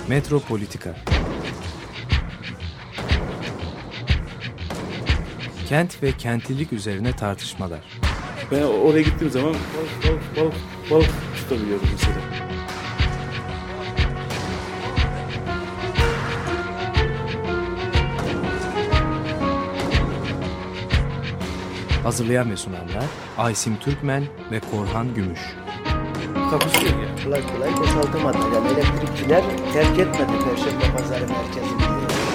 Metropolitika. Kent ve kentlilik üzerine tartışmalar. Ben oraya gittiğim zaman balık tutabiliyorum mesela. Hazırlayan ve sunanlar Aysim Türkmen ve Korhan Gümüş. Takusu yok ya. Kolay kolay boşaltamadı. Yani elektrikçiler terk etmedi Perşembe Pazarı merkezini.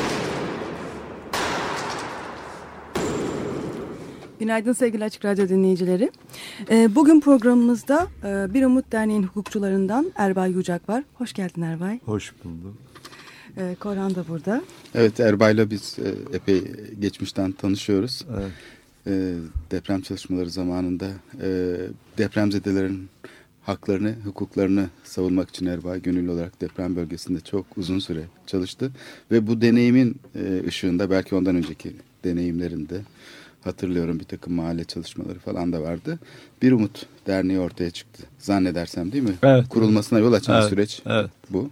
Günaydın sevgili Açık Radyo dinleyicileri. Bugün programımızda Bir Umut Derneği'nin hukukçularından Erbay Yücak var. Hoş geldin Erbay. Hoş buldum. Korhan da burada. Evet, Erbay'la biz epey geçmişten tanışıyoruz. Evet. Deprem çalışmaları zamanında depremzedelerin haklarını, hukuklarını savunmak için Erbay gönüllü olarak deprem bölgesinde çok uzun süre çalıştı. Ve bu deneyimin ışığında, belki ondan önceki deneyimlerinde hatırlıyorum, bir takım mahalle çalışmaları falan da vardı. Bir Umut Derneği ortaya çıktı zannedersem, değil mi? Evet. Kurulmasına yol açan süreç bu.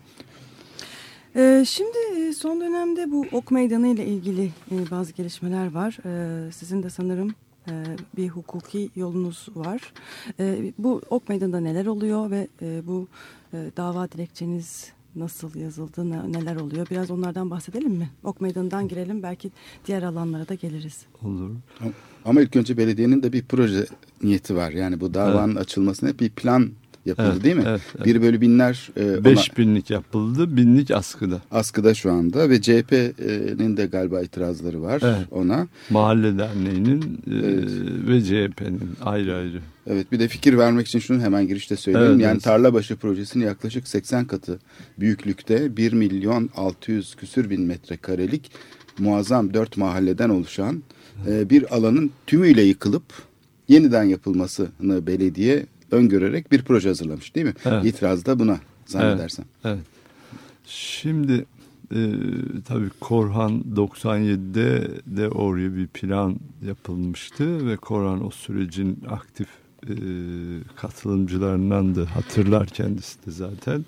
Şimdi son dönemde bu Ok Meydanı ile ilgili bazı gelişmeler var. Sizin de sanırım bir hukuki yolunuz var. Bu Ok Meydanı'nda neler oluyor ve bu dava dilekçeniz nasıl yazıldı, neler oluyor? Biraz onlardan bahsedelim mi? Ok Meydanı'ndan girelim, belki diğer alanlara da geliriz. Olur. Ama ilk önce belediyenin de bir proje niyeti var. Yani bu davanın açılmasına hep bir plan yapıldı, değil mi? Evet. 1/1000'ler 5000'lik yapıldı, 1000'lik askıda. Askıda şu anda ve CHP'nin de galiba itirazları var ona. Mahalle Derneği'nin ve CHP'nin ayrı ayrı. Evet, bir de fikir vermek için şunu hemen girişte söyleyeyim. Evet, yani evet. Tarlabaşı projesinin yaklaşık 80 katı büyüklükte 1.600.000 metrekarelik muazzam 4 mahalleden oluşan bir alanın tümüyle yıkılıp yeniden yapılmasını belediye öngörerek bir proje hazırlamış, değil mi? Evet. İtiraz da buna zannedersem. Evet. Şimdi tabii Korhan 97'de de oraya bir plan yapılmıştı ve Korhan o sürecin aktif katılımcılarındandı. Hatırlar kendisi de zaten.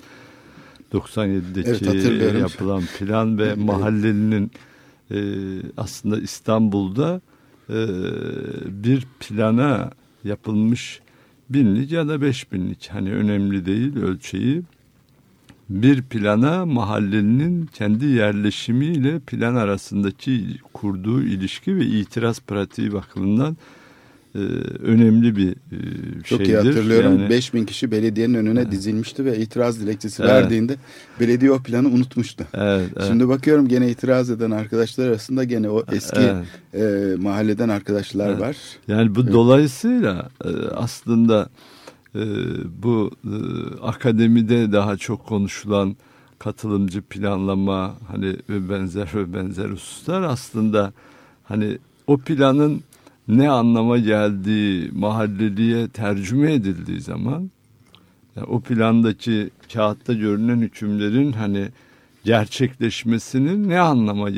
97'deki yapılan plan ve mahallelinin aslında İstanbul'da bir plana yapılmış 1000'lik ya da 5000'lik, hani önemli değil ölçeği, bir plana mahallenin kendi yerleşimiyle plan arasındaki kurduğu ilişki ve itiraz pratiği bakımından önemli bir şeydir. Çok iyi hatırlıyorum. Yani, 5000 kişi belediyenin önüne dizilmişti ve itiraz dilekçesi verdiğinde belediye o planı unutmuştu. Evet. Şimdi bakıyorum gene itiraz eden arkadaşlar arasında gene o eski mahalleden arkadaşlar var. Yani bu dolayısıyla aslında bu akademide daha çok konuşulan katılımcı planlama hani ve benzer hususlar aslında hani o planın ne anlama geldiği mahalleliye tercüme edildiği zaman, yani o plandaki kağıtta görünen hükümlerin hani gerçekleşmesinin ne anlama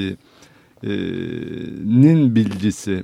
geldiğinin bilgisi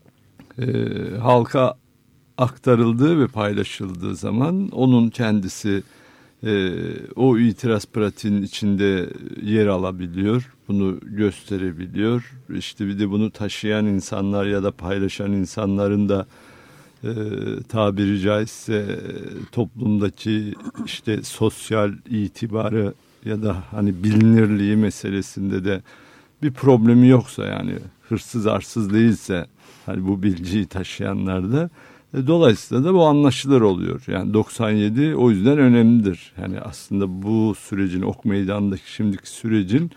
halka aktarıldığı ve paylaşıldığı zaman onun kendisi o itiraz pratiğinin içinde yer alabiliyor, bunu gösterebiliyor. İşte bir de bunu taşıyan insanlar ya da paylaşan insanların da tabiri caizse toplumdaki işte sosyal itibarı ya da hani bilinirliği meselesinde de bir problemi yoksa, yani hırsız arsız değilse hani bu bilgiyi taşıyanlar da dolayısıyla da bu anlaşılır oluyor. Yani 97 o yüzden önemlidir. Yani aslında bu sürecin, Ok Meydanı'ndaki şimdiki sürecin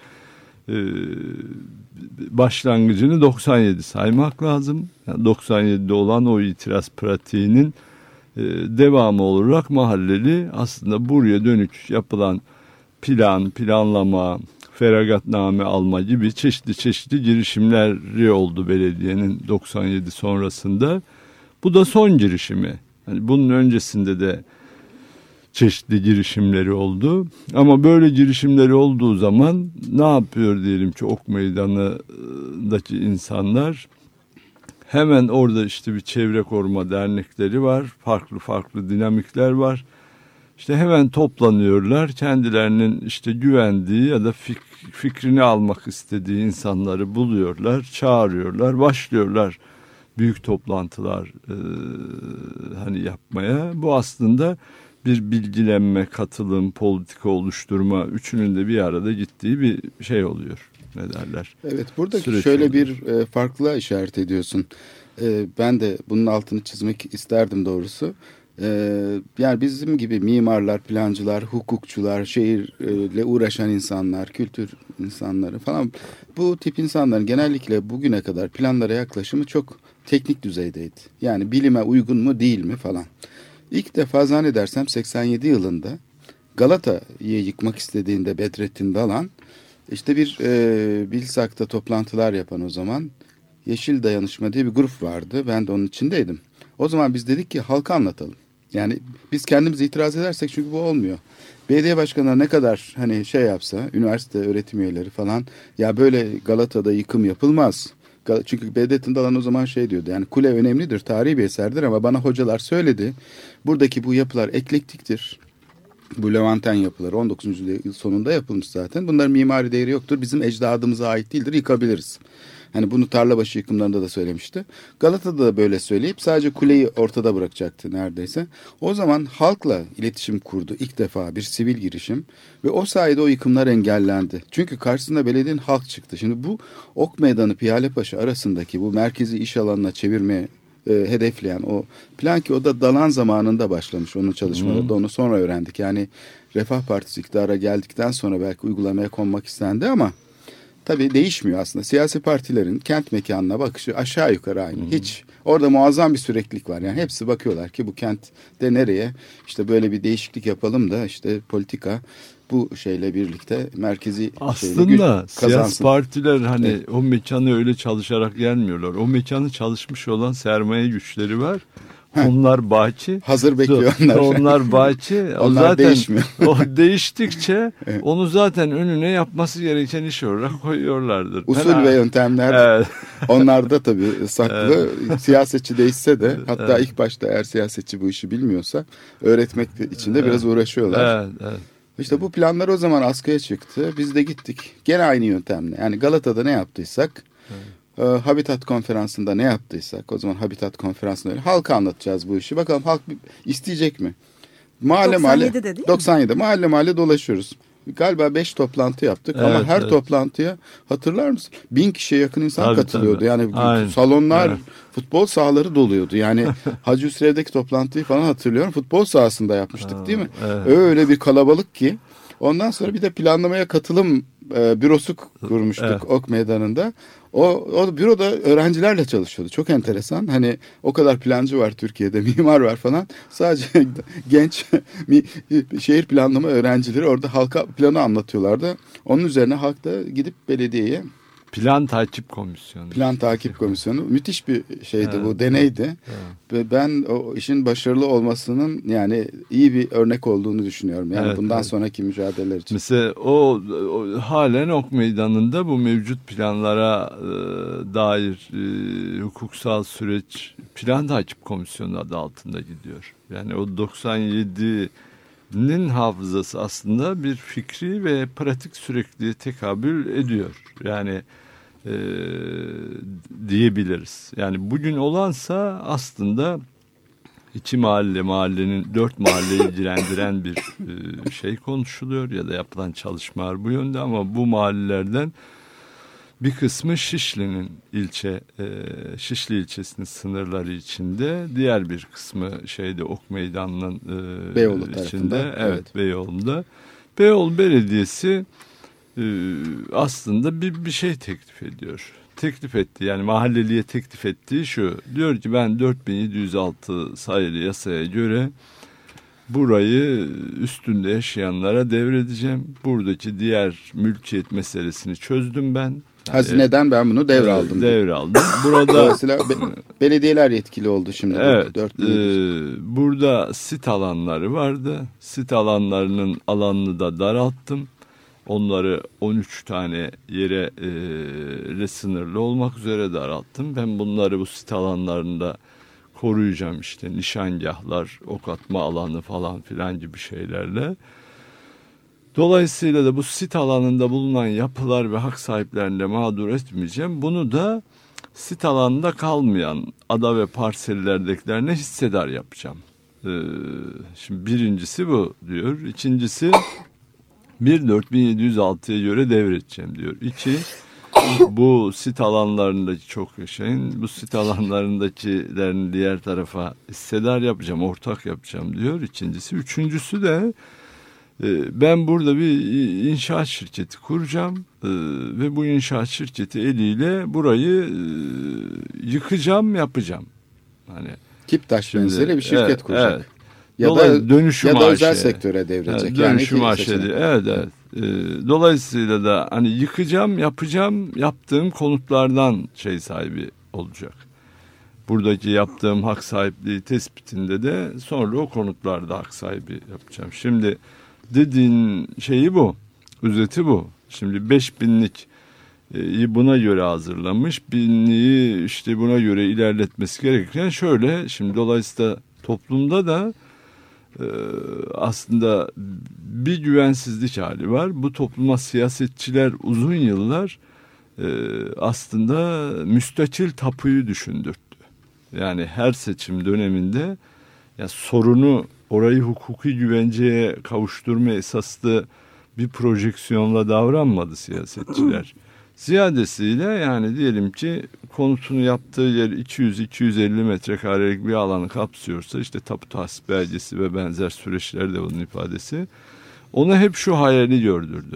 başlangıcını 97 saymak lazım. Yani 97'de olan o itiraz pratiğinin devamı olarak mahalleli aslında buraya dönük yapılan planlama, feragatname alma gibi çeşitli girişimleri oldu belediyenin 97 sonrasında. Bu da son girişimi. Yani bunun öncesinde de çeşitli girişimleri oldu. Ama böyle girişimleri olduğu zaman ne yapıyor diyelim ki Ok Meydanı'ndaki insanlar? Hemen orada işte bir çevre koruma dernekleri var. Farklı dinamikler var. İşte hemen toplanıyorlar, kendilerinin işte güvendiği ya da fikrini almak istediği insanları buluyorlar, çağırıyorlar, başlıyorlar büyük toplantılar hani yapmaya. Bu aslında bir bilgilenme, katılım, politika oluşturma, üçünün de bir arada gittiği bir şey oluyor. Ne derler? Evet, buradaki Süreç şöyle oluyor. bir farklılığa işaret ediyorsun. Ben de bunun altını çizmek isterdim doğrusu. Yani bizim gibi mimarlar, plancılar, hukukçular, şehirle uğraşan insanlar, kültür insanları falan, bu tip insanların genellikle bugüne kadar planlara yaklaşımı çok teknik düzeydeydi. Yani bilime uygun mu değil mi falan. İlk defa zannedersem 87 yılında Galata'yı yıkmak istediğinde Bedrettin Dalan işte bir Bilsak'ta toplantılar yapan o zaman Yeşil Dayanışma diye bir grup vardı. Ben de onun içindeydim. O zaman biz dedik ki halka anlatalım. Yani biz kendimiz itiraz edersek çünkü bu olmuyor. Belediye başkanları ne kadar hani şey yapsa, üniversite öğretim üyeleri falan, ya böyle Galata'da yıkım yapılmaz. Çünkü Bedrettin Dalan o zaman şey diyordu, yani kule önemlidir, tarihi bir eserdir ama bana hocalar söyledi. Buradaki bu yapılar eklektiktir. Bu Levanten yapıları 19. yüzyıl sonunda yapılmış zaten. Bunların mimari değeri yoktur. Bizim ecdadımıza ait değildir, yıkabiliriz. Hani bunu Tarlabaşı yıkımlarında da söylemişti. Galata'da da böyle söyleyip sadece kuleyi ortada bırakacaktı neredeyse. O zaman halkla iletişim kurdu ilk defa bir sivil girişim ve o sayede o yıkımlar engellendi. Çünkü karşısında belediyenin halk çıktı. Şimdi bu Ok Meydanı Piyalepaşa arasındaki bu merkezi iş alanına çevirmeye hedefleyen o plan, ki o da Dalan zamanında başlamış onun çalışmaları da, onu sonra öğrendik. Yani Refah Partisi iktidara geldikten sonra belki uygulamaya konmak istendi ama tabii değişmiyor aslında. Siyasi partilerin kent mekanına bakışı aşağı yukarı aynı. Hiç orada muazzam bir süreklilik var. Yani hepsi bakıyorlar ki bu kentte nereye işte böyle bir değişiklik yapalım da işte politika bu şeyle birlikte merkezi aslında siyasi kazansın. partiler hani o mekanı öyle çalışarak gelmiyorlar. O mekanı çalışmış olan sermaye güçleri var. Onlar bahçe. Hazır bekliyor onlar. Onlar bahçe. Onlar zaten değişmiyor. O değiştikçe onu zaten önüne yapması gereken iş olarak koyuyorlardır. Usul ve yöntemler evet. onlar da tabii saklı. Siyasetçi değişse de hatta ilk başta eğer siyasetçi bu işi bilmiyorsa öğretmek için de biraz uğraşıyorlar. Evet. İşte bu planlar o zaman askıya çıktı. Biz de gittik. Gene aynı yöntemle. Yani Galata'da ne yaptıysak, Habitat Konferansı'nda ne yaptıysak, o zaman Habitat Konferansı'nda öyle halka anlatacağız bu işi. Bakalım halk isteyecek mi? Mahalle 97'de değil mi? 97'de mahalle dolaşıyoruz. Galiba 5 toplantı yaptık ama her toplantıya hatırlar mısın? 1000 kişiye yakın insan katılıyordu. Tabii. Yani aynen. Salonlar, futbol sahaları doluyordu. Yani Hacı Hüsrev'deki toplantıyı falan hatırlıyorum. Futbol sahasında yapmıştık değil mi? Evet. Öyle bir kalabalık ki. Ondan sonra bir de planlamaya katılım bürosu kurmuştuk Ok Meydanı'nda. O büroda öğrencilerle çalışıyordu. Çok enteresan. Hani o kadar plancı var Türkiye'de, mimar var falan. Sadece genç şehir planlama öğrencileri orada halka planı anlatıyorlardı. Onun üzerine halk da gidip belediyeye Plan takip komisyonu. Plan takip komisyonu. Müthiş bir şeydi bu, deneydi. Ve ben o işin başarılı olmasının yani iyi bir örnek olduğunu düşünüyorum. Yani bundan sonraki mücadeleler için. Mesela o halen Ok Meydanı'nda bu mevcut planlara dair hukuksal süreç plan takip komisyonu adı altında gidiyor. Yani o 97'nin hafızası aslında bir fikri ve pratik sürekliye tekabül ediyor. Yani diyebiliriz. Yani bugün olansa aslında iki mahallenin 4 mahalleyi ilgilendiren bir şey konuşuluyor ya da yapılan çalışmalar bu yönde, ama bu mahallelerden bir kısmı Şişli ilçesinin sınırları içinde, diğer bir kısmı Ok Meydanı'nın Beyoğlu içinde. tarafında. Evet, Beyoğlu'nda. Beyoğlu Belediyesi aslında bir şey teklif etti. Yani mahalleliye teklif ettiği şu: diyor ki ben 4706 sayılı yasaya göre burayı üstünde yaşayanlara devredeceğim. Buradaki diğer mülkiyet meselesini çözdüm ben. Hazineden ben bunu devraldım. Burada dolayısıyla belediyeler yetkili oldu şimdi. Evet. Burada sit alanları vardı. Sit alanlarının alanını da daralttım. Onları 13 tane yere sınırlı olmak üzere daralttım. Ben bunları bu sit alanlarında koruyacağım işte nişangahlar, ok atma alanı falan filan gibi şeylerle. Dolayısıyla da bu sit alanında bulunan yapılar ve hak sahiplerini de mağdur etmeyeceğim. Bunu da sit alanında kalmayan ada ve parsellerdekilerine hissedar yapacağım. Şimdi birincisi bu diyor. İkincisi 1.4706'ya göre devredeceğim diyor. 2. Bu sit alanlarındaki çok yaşayın. Bu sit alanlarındakilerini diğer tarafa hissedar yapacağım, ortak yapacağım diyor. İkincisi. Üçüncüsü de ben burada bir inşaat şirketi kuracağım ve bu inşaat şirketi eliyle burayı yıkacağım, yapacağım. Hani Kiptaş benzeri bir şirket evet, kuracak. Evet. Ya da dönüşüm ya da özel AŞ. sektöre devredecek. Evet, yani dönüşüm AŞ. Evet. Dolayısıyla da hani yıkacağım, yapacağım, yaptığım konutlardan sahibi olacak. Buradaki yaptığım hak sahipliği tespitinde de sonra o konutlarda hak sahibi yapacağım. Şimdi dediğin şeyi bu, özeti bu. Şimdi 5000'lik buna göre hazırlamış, 1000'liği işte buna göre ilerletmesi gerekirken şöyle, şimdi dolayısıyla toplumda da aslında bir güvensizlik hali var. Bu topluma siyasetçiler uzun yıllar aslında müstakil tapuyu düşündürttü. Yani her seçim döneminde ya sorunu orayı hukuki güvenceye kavuşturma esaslı bir projeksiyonla davranmadı siyasetçiler. Ziyadesiyle yani diyelim ki konutunu yaptığı yer 200-250 metrekarelik bir alanı kapsıyorsa işte tapu tahsis belgesi ve benzer süreçler de bunun ifadesi. Ona hep şu hayali gördürdü.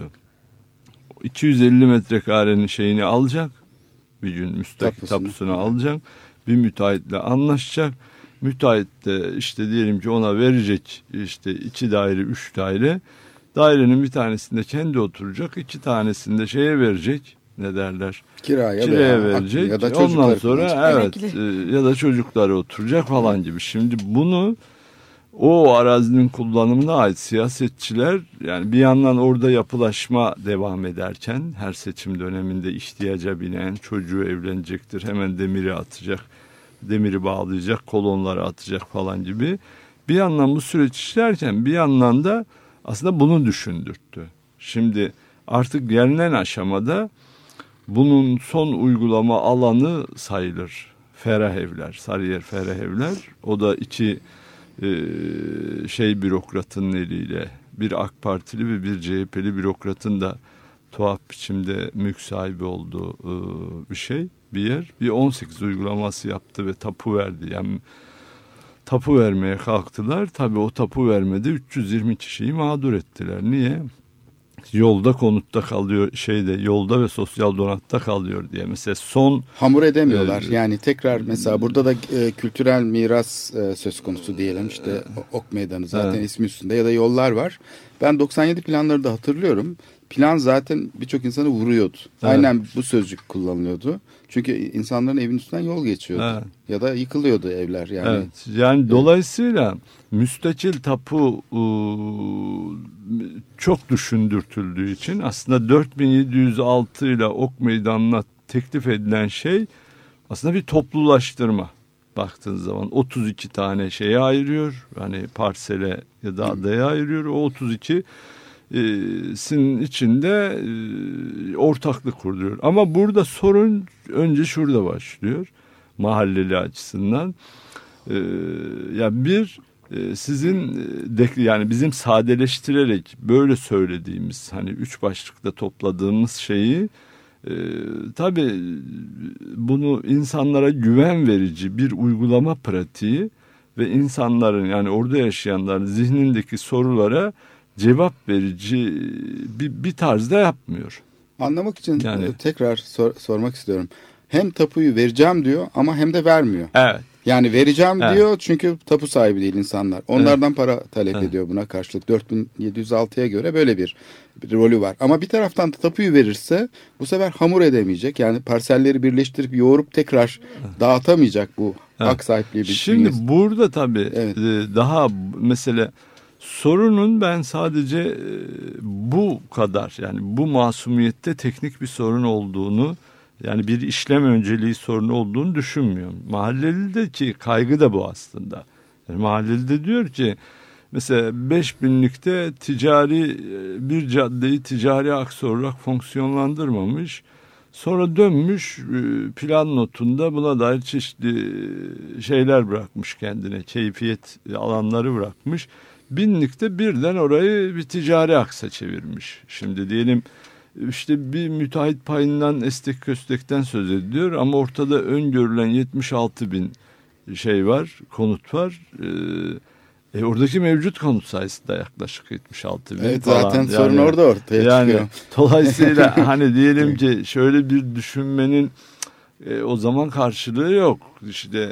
250 metrekarenin şeyini alacak. Bir gün müstakil tapusunu alacak. Bir müteahhitle anlaşacak. Müteahhit de işte diyelim ki ona verecek işte 2 daire 3 daire. Dairenin bir tanesinde kendi oturacak. 2 tanesinde şeye verecek. Ne derler? Kiraya verecek. Ya da ondan sonra evet ya da çocukları oturacak falan gibi. Şimdi bunu o arazinin kullanımına ait siyasetçiler yani bir yandan orada yapılaşma devam ederken her seçim döneminde ihtiyaca binen çocuğu evlenecektir hemen demiri atacak, demiri bağlayacak, kolonları atacak falan gibi. Bir yandan bu süreç işlerken bir yandan da aslında bunu düşündürttü. Şimdi artık gelinen aşamada bunun son uygulama alanı sayılır. Ferah Evler, Sarıyer Ferah Evler. O da 2 bürokratın eliyle bir AK Partili ve bir CHP'li bürokratın da tuhaf biçimde mülk sahibi olduğu bir yer. Bir 18 uygulaması yaptı ve tapu verdi. Yani tapu vermeye kalktılar. Tabii o tapu vermede 320 kişiyi mağdur ettiler. Niye? Yolda konutta kalıyor yolda ve sosyal donatta kalıyor diye. Mesela hamur edemiyorlar. Yani tekrar mesela burada da kültürel miras söz konusu diyelim. İşte Ok Meydanı zaten ismi üstünde ya da yollar var. Ben 97 planları da hatırlıyorum. Plan zaten birçok insanı vuruyordu. Evet. Aynen bu sözcük kullanılıyordu. Çünkü insanların evin üstünden yol geçiyordu. Evet. Ya da yıkılıyordu evler. Yani, evet. Yani dolayısıyla müstakil tapu çok düşündürtüldüğü için aslında 4706 ile Ok Meydanı'na teklif edilen şey aslında bir toplulaştırma. Baktığın zaman 32 tane şeye ayırıyor. Hani parsele ya da adaya ayırıyor. O 32 sin içinde ortaklık kurduruyor. Ama burada sorun önce şurada başlıyor. Mahalleli açısından. Sizin yani bizim sadeleştirerek böyle söylediğimiz hani 3 başlıkta topladığımız şeyi tabii bunu insanlara güven verici bir uygulama pratiği ve insanların yani orada yaşayanların zihnindeki sorulara cevap verici bir tarzda yapmıyor. Anlamak için tekrar sormak istiyorum. Hem tapuyu vereceğim diyor ama hem de vermiyor. Evet. Yani vereceğim diyor çünkü tapu sahibi değil insanlar. Onlardan para talep ediyor buna karşılık. 4706'ya göre böyle bir rolü var. Ama bir taraftan da tapuyu verirse bu sefer hamur edemeyecek. Yani parselleri birleştirip yoğurup tekrar dağıtamayacak bu hak sahipliği. Şimdi burada tabii daha mesela sorunun ben sadece bu kadar yani bu masumiyette teknik bir sorun olduğunu Yani bir işlem önceliği sorunu olduğunu düşünmüyorum. Mahallelideki kaygı da bu aslında. Yani mahallelide diyor ki mesela 5000'likte ticari bir caddeyi ticari aks olarak fonksiyonlandırmamış. Sonra dönmüş plan notunda buna dair çeşitli şeyler bırakmış kendine. Keyfiyet alanları bırakmış. 1000'likte birden orayı bir ticari aksa çevirmiş. Şimdi diyelim işte bir müteahhit payından estek köstekten söz ediliyor ama ortada öngörülen 76.000 şey var, konut var. Oradaki mevcut konut sayısı da yaklaşık 76.000 Evet, falan. zaten yani, sorun orada ortaya çıkıyor. Dolayısıyla hani diyelim ki şöyle bir düşünmenin o zaman karşılığı yok. İşte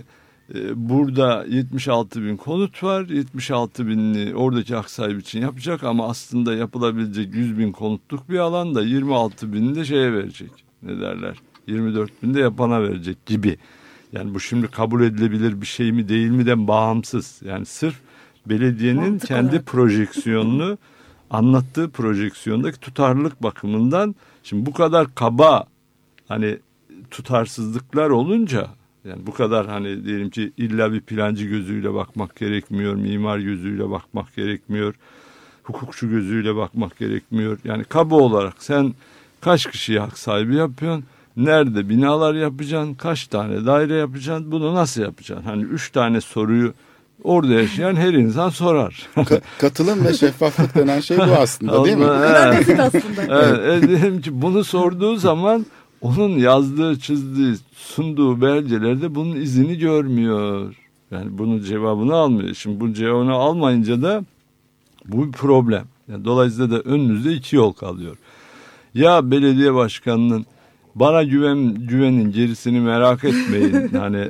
burada 76.000 konut var. 76.000'li oradaki hak sahibi için yapacak ama aslında yapılabilecek 100.000 konutluk bir alanda 26.000'i de şeye verecek. Ne derler? 24.000'i de yapana verecek gibi. Yani bu şimdi kabul edilebilir bir şey mi değil mi bağımsız. Yani sırf belediyenin Mantık kendi olarak. projeksiyonunu anlattığı projeksiyondaki tutarlılık bakımından şimdi bu kadar kaba hani tutarsızlıklar olunca yani bu kadar hani diyelim ki illa bir plancı gözüyle bakmak gerekmiyor, mimar gözüyle bakmak gerekmiyor, hukukçu gözüyle bakmak gerekmiyor. Yani kaba olarak sen kaç kişiye hak sahibi yapıyorsun? Nerede binalar yapacaksın? Kaç tane daire yapacaksın? Bunu nasıl yapacaksın? Hani 3 tane soruyu orada yaşayan her insan sorar. Katılım ve şeffaflık denen şey bu aslında, değil mi? Bu kadar basit aslında. Evet, diyelim ki bunu sorduğu zaman onun yazdığı, çizdiği, sunduğu belgelerde bunun izini görmüyor. Yani bunun cevabını almıyor. Şimdi bunun cevabını almayınca da bu bir problem. Yani dolayısıyla da önünüzde 2 yol kalıyor. Ya belediye başkanının bana güvenin gerisini merak etmeyin hani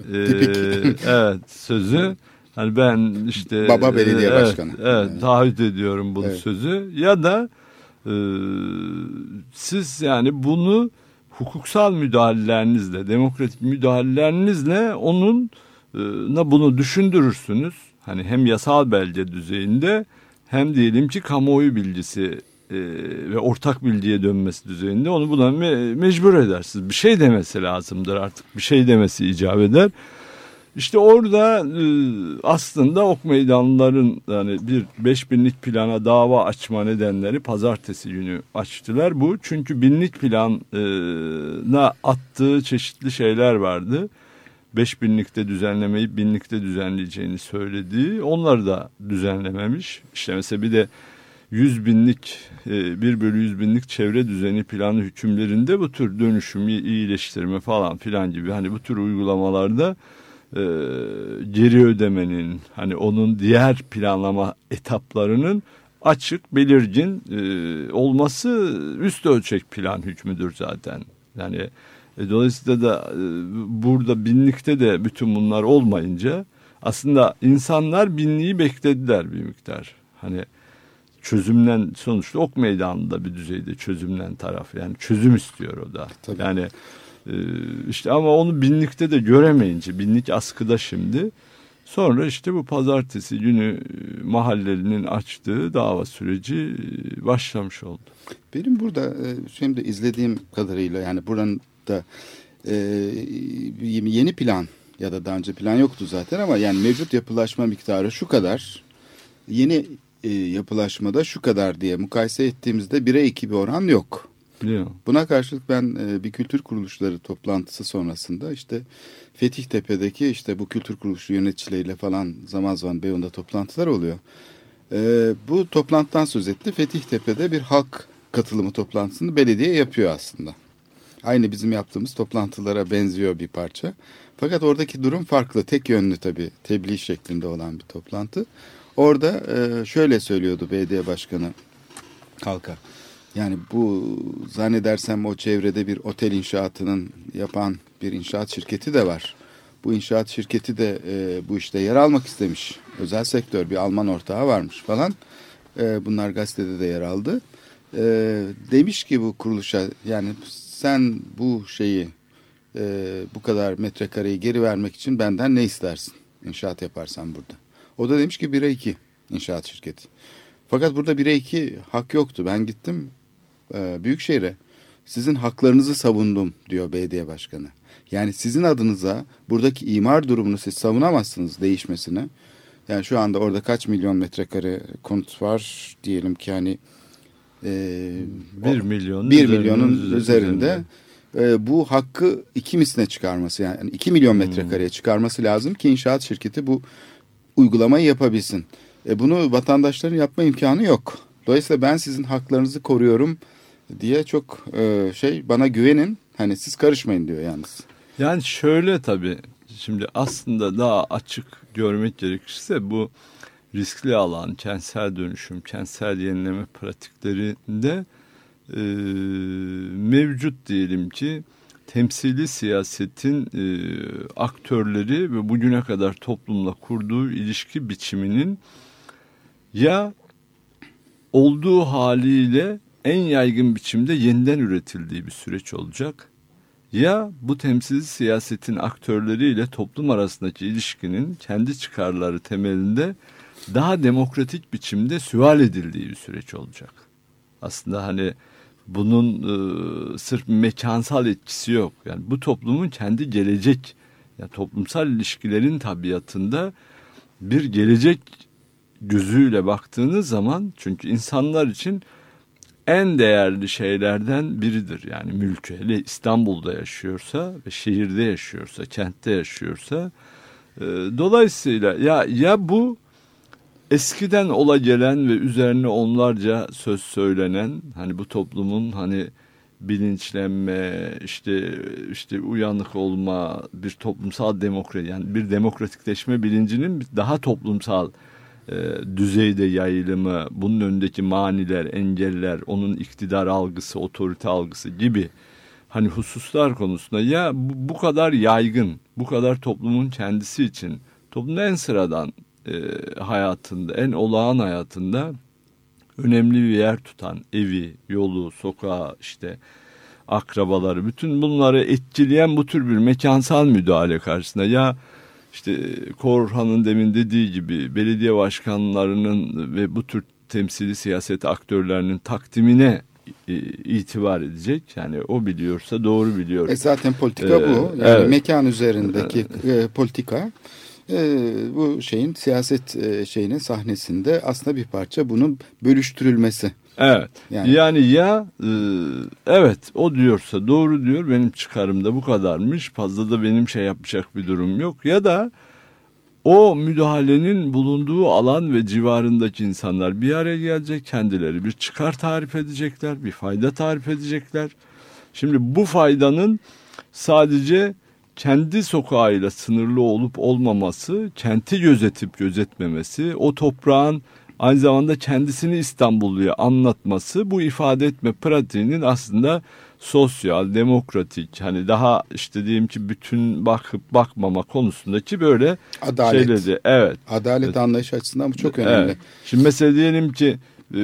evet sözü hani ben işte Baba belediye başkanı. Evet, taahhüt ediyorum bunu sözü ya da siz yani bunu hukuksal müdahalelerinizle, demokratik müdahalelerinizle bunu düşündürürsünz. Hani hem yasal belge düzeyinde hem diyelim ki kamuoyu bilgisi ve ortak bilgiye dönmesi düzeyinde onu buna mecbur edersiniz. Bir şey demesi lazımdır artık. Bir şey demesi icap eder. İşte orada aslında ok meydanlıların yani bir 5000'lik plana dava açma nedenleri pazartesi günü açtılar. Bu çünkü 1000'lik plana attığı çeşitli şeyler vardı. 5000'likte düzenlemeyi 1000'likte düzenleyeceğini söylediği, onları da düzenlememiş. İşte mesela bir de 100.000'lik 1/100.000'lik çevre düzeni planı hükümlerinde bu tür dönüşüm, iyileştirme falan filan gibi hani bu tür uygulamalarda geri ödemenin hani onun diğer planlama etaplarının açık, belirgin olması üst ölçek plan hükmüdür zaten. Yani dolayısıyla da burada 1000'likte de bütün bunlar olmayınca aslında insanlar 1000'liği beklediler bir miktar. Hani çözümlen sonuçta ok meydanında bir düzeyde çözümlen taraf yani çözüm istiyor o da. Tabii. Yani işte ama onu 1000'likte de göremeyince 1000'lik askıda şimdi sonra işte bu pazartesi günü mahallelinin açtığı dava süreci başlamış oldu. Benim burada şimdi izlediğim kadarıyla yani buranın da yeni plan ya da daha önce plan yoktu zaten ama yani mevcut yapılaşma miktarı şu kadar, yeni yapılaşmada şu kadar diye mukayese ettiğimizde 1'e 2 bir oran yok. Biliyorum. Buna karşılık ben bir kültür kuruluşları toplantısı sonrasında işte Fetihtepe'deki işte bu kültür kuruluşu yöneticileriyle falan zaman zaman Beyoğlu'nda toplantılar oluyor. Bu toplantıdan söz etti. Fetihtepe'de bir halk katılımı toplantısını belediye yapıyor aslında. Aynı bizim yaptığımız toplantılara benziyor bir parça. Fakat oradaki durum farklı. Tek yönlü tabii tebliğ şeklinde olan bir toplantı. Orada şöyle söylüyordu belediye başkanı halka. Yani bu zannedersem o çevrede bir otel inşaatının yapan bir inşaat şirketi de var. Bu inşaat şirketi de bu işte yer almak istemiş. Özel sektör bir Alman ortağı varmış falan. Bunlar gazetede de yer aldı. Demiş ki bu kuruluşa yani sen bu şeyi bu kadar metrekareyi geri vermek için benden ne istersin? İnşaat yaparsan burada. O da demiş ki 1'e 2 inşaat şirketi. Fakat burada 1'e 2 hak yoktu. Ben gittim Büyükşehir'e. sizin haklarınızı savundum diyor belediye başkanı. Yani sizin adınıza buradaki imar durumunu siz savunamazsınız değişmesini. Yani şu anda orada kaç milyon metrekare konut var diyelim ki hani 1 milyonun üzerinde. Bu hakkı 2 misline çıkarması, yani 2 milyon metrekareye çıkarması lazım ki inşaat şirketi bu uygulamayı yapabilsin. Bunu vatandaşların yapma imkanı yok. Dolayısıyla ben sizin haklarınızı koruyorum diye çok bana güvenin, hani siz karışmayın diyor yalnız. Yani şöyle tabii, şimdi aslında daha açık görmek gerekirse bu riskli alan, kentsel dönüşüm, kentsel yenileme pratiklerinde mevcut diyelim ki temsili siyasetin aktörleri ve bugüne kadar toplumla kurduğu ilişki biçiminin ya olduğu haliyle en yaygın biçimde yeniden üretildiği bir süreç olacak, ya bu temsili siyasetin aktörleriyle toplum arasındaki ilişkinin kendi çıkarları temelinde daha demokratik biçimde süval edildiği bir süreç olacak. Aslında hani bunun sırf mekansal etkisi yok. Yani bu toplumun kendi gelecek, yani toplumsal ilişkilerin tabiatında bir gelecek gözüyle baktığınız zaman, çünkü insanlar için en değerli şeylerden biridir. Yani mülkü, hele İstanbul'da yaşıyorsa ve şehirde yaşıyorsa, kentte yaşıyorsa. Dolayısıyla ya bu eskiden ola gelen ve üzerine onlarca söz söylenen, hani bu toplumun hani bilinçlenme, işte uyanık olma, bir toplumsal demokrasi, yani bir demokratikleşme bilincinin daha toplumsal düzeyde yayılımı, bunun önündeki maniler, engeller, onun iktidar algısı, otorite algısı gibi hani hususlar konusunda ya bu kadar yaygın, bu kadar toplumun kendisi için, toplumun en sıradan hayatında, en olağan hayatında önemli bir yer tutan evi, yolu, sokağı, işte akrabaları, bütün bunları etkileyen bu tür bir mekansal müdahale karşısında ya işte Korhan'ın demin dediği gibi belediye başkanlarının ve bu tür temsili siyaset aktörlerinin takdimine itibar edecek. Yani o biliyorsa doğru biliyor. Zaten politika bu. Yani evet. Mekan üzerindeki politika bu şeyin siyaset şeyinin sahnesinde aslında bir parça bunun bölüştürülmesi. Evet. Yani ya evet o diyorsa doğru diyor, benim çıkarımda bu kadarmış, fazla da benim yapacak bir durum yok, ya da o müdahalenin bulunduğu alan ve civarındaki insanlar bir araya gelecek, kendileri bir çıkar tarif edecekler, bir fayda tarif edecekler. Şimdi bu faydanın sadece kendi sokağıyla sınırlı olup olmaması, kenti gözetip gözetmemesi, o toprağın aynı zamanda kendisini İstanbulluya anlatması, bu ifade etme pratiğinin aslında sosyal, demokratik, hani daha diyelim ki bütün bakıp bakmama konusundaki böyle şeyleri. Evet. Adalet anlayışı açısından bu çok önemli. Evet. Şimdi mesela diyelim ki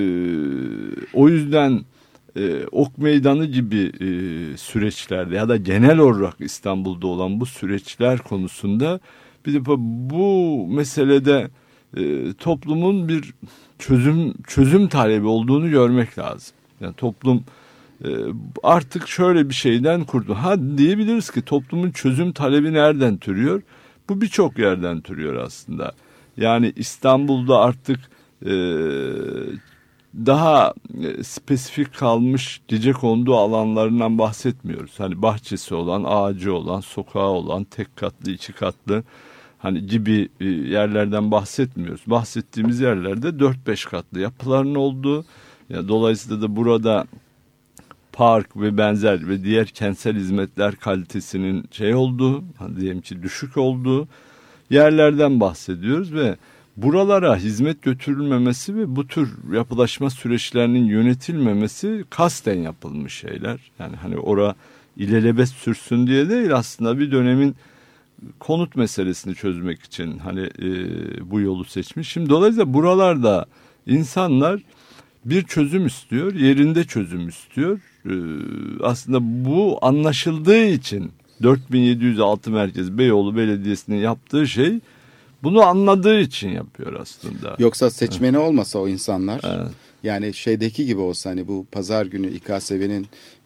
o yüzden Ok Meydanı gibi süreçlerde ya da genel olarak İstanbul'da olan bu süreçler konusunda bir de bu meselede toplumun bir çözüm talebi olduğunu görmek lazım. Yani toplum artık şöyle bir şeyden kurdu. Diyebiliriz ki toplumun çözüm talebi nereden türüyor? Bu birçok yerden türüyor aslında. Yani İstanbul'da artık daha spesifik kalmış gecekondu alanlarından bahsetmiyoruz. Hani bahçesi olan, ağacı olan, sokağı olan, tek katlı, iki katlı hani gibi yerlerden bahsetmiyoruz. Bahsettiğimiz yerlerde 4-5 katlı yapıların olduğu, yani dolayısıyla da burada park ve benzer ve diğer kentsel hizmetler kalitesinin olduğu, hani diyelim ki düşük olduğu yerlerden bahsediyoruz ve buralara hizmet götürülmemesi ve bu tür yapılaşma süreçlerinin yönetilmemesi kasten yapılmış şeyler. Yani hani ilelebet sürsün diye değil, aslında bir dönemin konut meselesini çözmek için hani bu yolu seçmiş. Şimdi dolayısıyla buralarda insanlar bir çözüm istiyor, yerinde çözüm istiyor. Aslında bu anlaşıldığı için 4706 Merkez Beyoğlu Belediyesi'nin yaptığı şey, bunu anladığı için yapıyor aslında. Yoksa seçmeni olmasa o insanlar, evet. Yani şeydeki gibi olsa, hani bu pazar günü İKSV'nin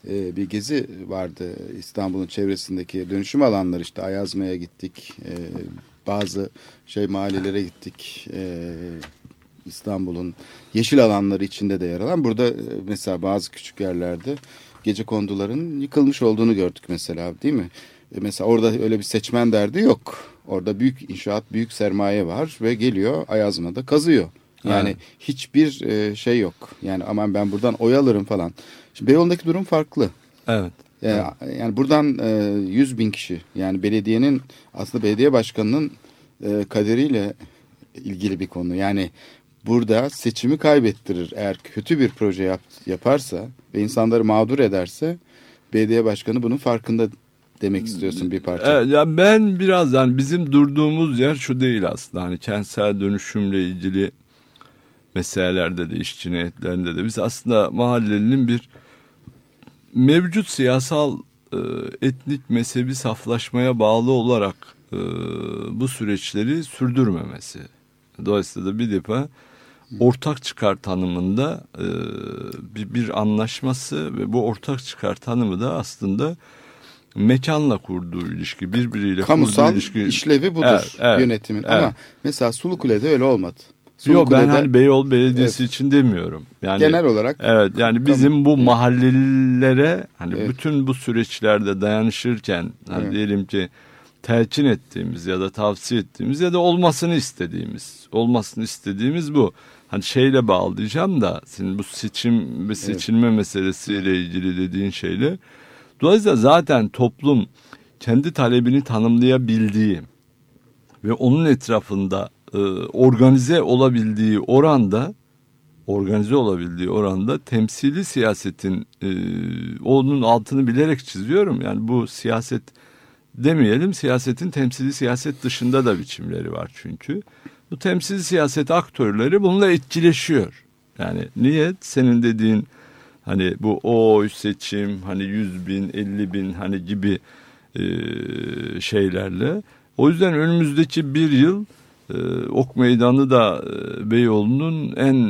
bir gezi vardı İstanbul'un çevresindeki dönüşüm alanları, işte Ayazma'ya gittik, bazı mahallelere gittik, İstanbul'un yeşil alanları içinde de yer alan. Burada mesela bazı küçük yerlerde gecekonduların yıkılmış olduğunu gördük mesela, değil mi? Mesela orada öyle bir seçmen derdi yok. Orada büyük inşaat, büyük sermaye var ve geliyor Ayazma'da kazıyor. Yani evet. Hiçbir şey yok. Yani aman ben buradan oy alırım falan. Şimdi Beyoğlu'ndaki durum farklı. Evet. Yani buradan 100.000 kişi, yani belediyenin, aslında belediye başkanının kaderiyle ilgili bir konu. Yani burada seçimi kaybettirir. Eğer kötü bir proje yaparsa ve insanları mağdur ederse, belediye başkanı bunun farkında demek istiyorsun bir parça. Evet, ya ben biraz, yani bizim durduğumuz yer şu değil aslında. Hani kentsel dönüşümle ilgili meselelerde de, iş cinayetlerinde de biz aslında mahallelinin bir mevcut siyasal, etnik, mezhebi saflaşmaya bağlı olarak bu süreçleri sürdürmemesi. Dolayısıyla da bir defa ortak çıkar tanımında bir anlaşması ve bu ortak çıkar tanımı da aslında mekanla kurduğu ilişki, birbiriyle kamusal kurduğu ilişki. işlevi budur yönetimin. Evet. Ama mesela Sulukule'de öyle olmadı. Yok, ben hani Beyoğlu Belediyesi için demiyorum. Yani genel olarak. Evet, yani bizim bu mahallelilere hani bütün bu süreçlerde dayanışırken hani diyelim ki telkin ettiğimiz ya da tavsiye ettiğimiz ya da olmasını istediğimiz bu. Hani şeyle bağlayacağım da, senin bu seçim ve seçilme meselesiyle ilgili dediğin şeyle. Dolayısıyla zaten toplum kendi talebini tanımlayabildiği ve onun etrafında organize olabildiği oranda temsili siyasetin, onun altını bilerek çiziyorum. Yani bu siyaset demeyelim, siyasetin temsili siyaset dışında da biçimleri var çünkü. Bu temsili siyaset aktörleri bununla etkileşiyor. Yani niyet senin dediğin hani bu oy, seçim, hani 100.000, 50.000 hani gibi şeylerle. O yüzden önümüzdeki bir yıl Ok Meydanı da Beyoğlu'nun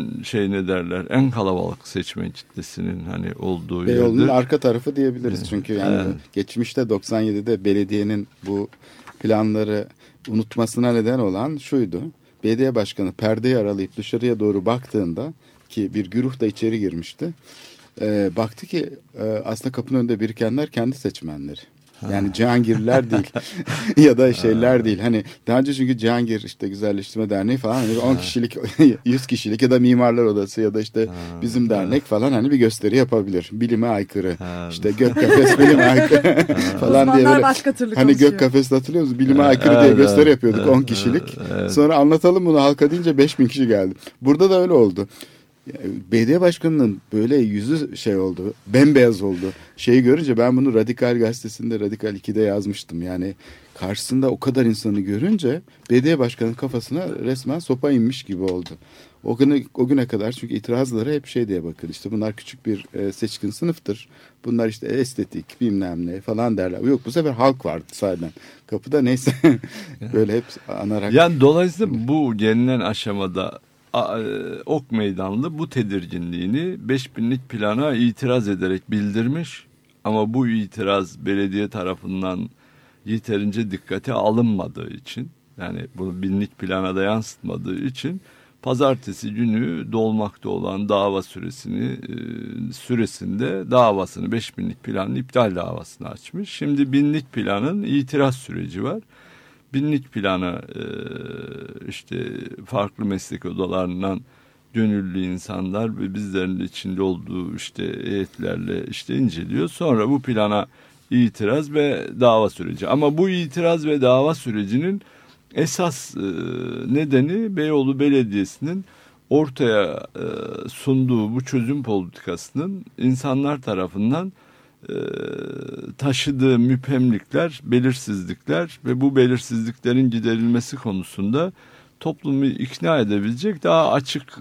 en kalabalık seçmen kitlesinin hani olduğu yerdir. Beyoğlu'nun arka tarafı diyebiliriz çünkü yani geçmişte 97'de belediyenin bu planları unutmasına neden olan şuydu. Belediye başkanı perdeyi aralayıp dışarıya doğru baktığında, ki bir güruh da içeri girmişti, baktı ki aslında kapının önünde birikenler kendi seçmenleri. Yani Cihangirliler değil ya da şeyler değil. Hani daha önce çünkü Cihangir işte Güzelleştirme Derneği falan 10 kişilik 100 kişilik ya da Mimarlar Odası ya da işte bizim dernek falan hani bir gösteri yapabilir. Bilime aykırı. İşte gök kafes bilime aykırı falan diye böyle. Hani gök kafes hatırlıyor musunuz? Bilime aykırı diye gösteri yapıyorduk 10 kişilik. Sonra anlatalım bunu halka deyince 5.000 kişi geldi. Burada da öyle oldu. Belediye başkanının böyle yüzü şey oldu, bembeyaz oldu. Şeyi görünce, ben bunu Radikal gazetesinde, Radikal 2'de yazmıştım. Yani karşısında o kadar insanı görünce belediye başkanının kafasına resmen sopa inmiş gibi oldu. O güne kadar çünkü itirazlara hep şey diye bakın, işte bunlar küçük bir seçkin sınıftır. Bunlar işte estetik bilmem ne falan derler. Yok, bu sefer halk vardı sahiden. Kapıda neyse böyle hep anarak. Yani dolayısıyla bu gelinen aşamada Ok Meydanlı bu tedirginliğini 5.000'lik plana itiraz ederek bildirmiş, ama bu itiraz belediye tarafından yeterince dikkate alınmadığı için, yani bunu 1000'lik plana da yansıtmadığı için pazartesi günü dolmakta olan dava süresinde davasını, 5.000'lik planın iptal davasını açmış. Şimdi 1000'lik planın itiraz süreci var. 1000'lik plana işte farklı meslek odalarından gönüllü insanlar ve bizlerin de içinde olduğu işte heyetlerle işte inceliyor. Sonra bu plana itiraz ve dava süreci. Ama bu itiraz ve dava sürecinin esas nedeni Beyoğlu Belediyesi'nin ortaya sunduğu bu çözüm politikasının insanlar tarafından taşıdığı müphemlikler, belirsizlikler ve bu belirsizliklerin giderilmesi konusunda toplumu ikna edebilecek daha açık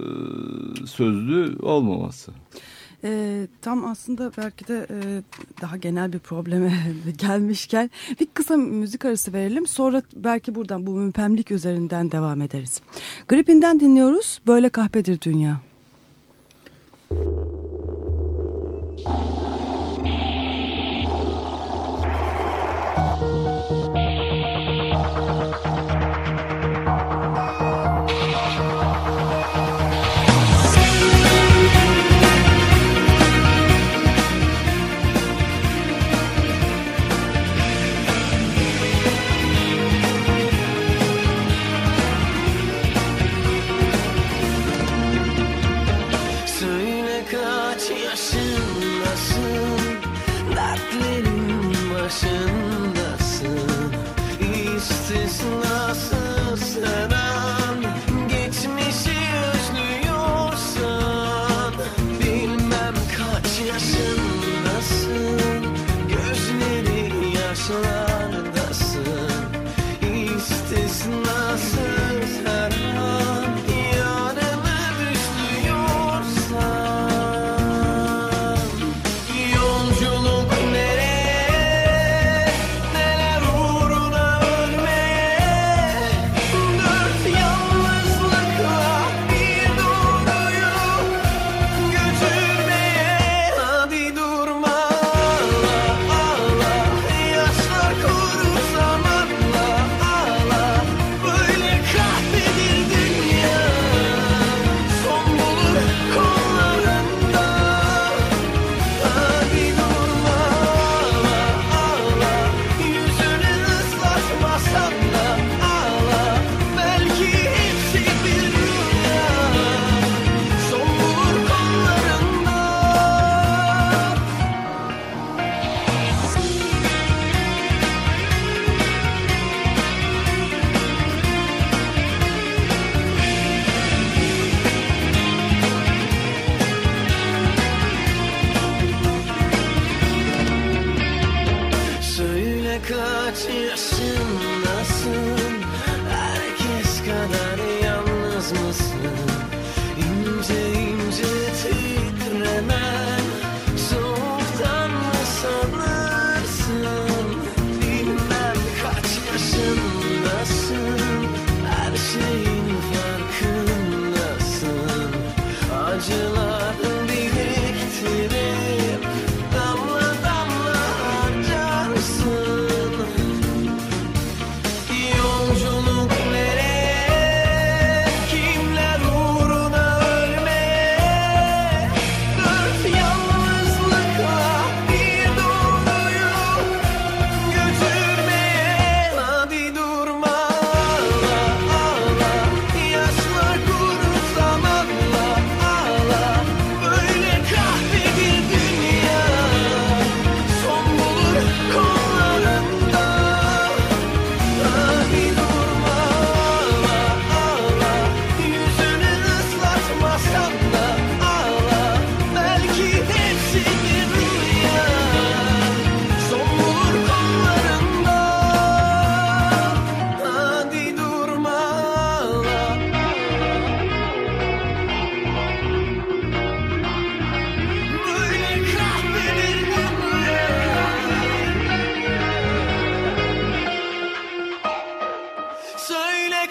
sözlü olmaması. Tam aslında belki de daha genel bir probleme gelmişken bir kısa müzik arası verelim. Sonra belki buradan bu müphemlik üzerinden devam ederiz. Gripin'den dinliyoruz. Böyle kahpedir dünya.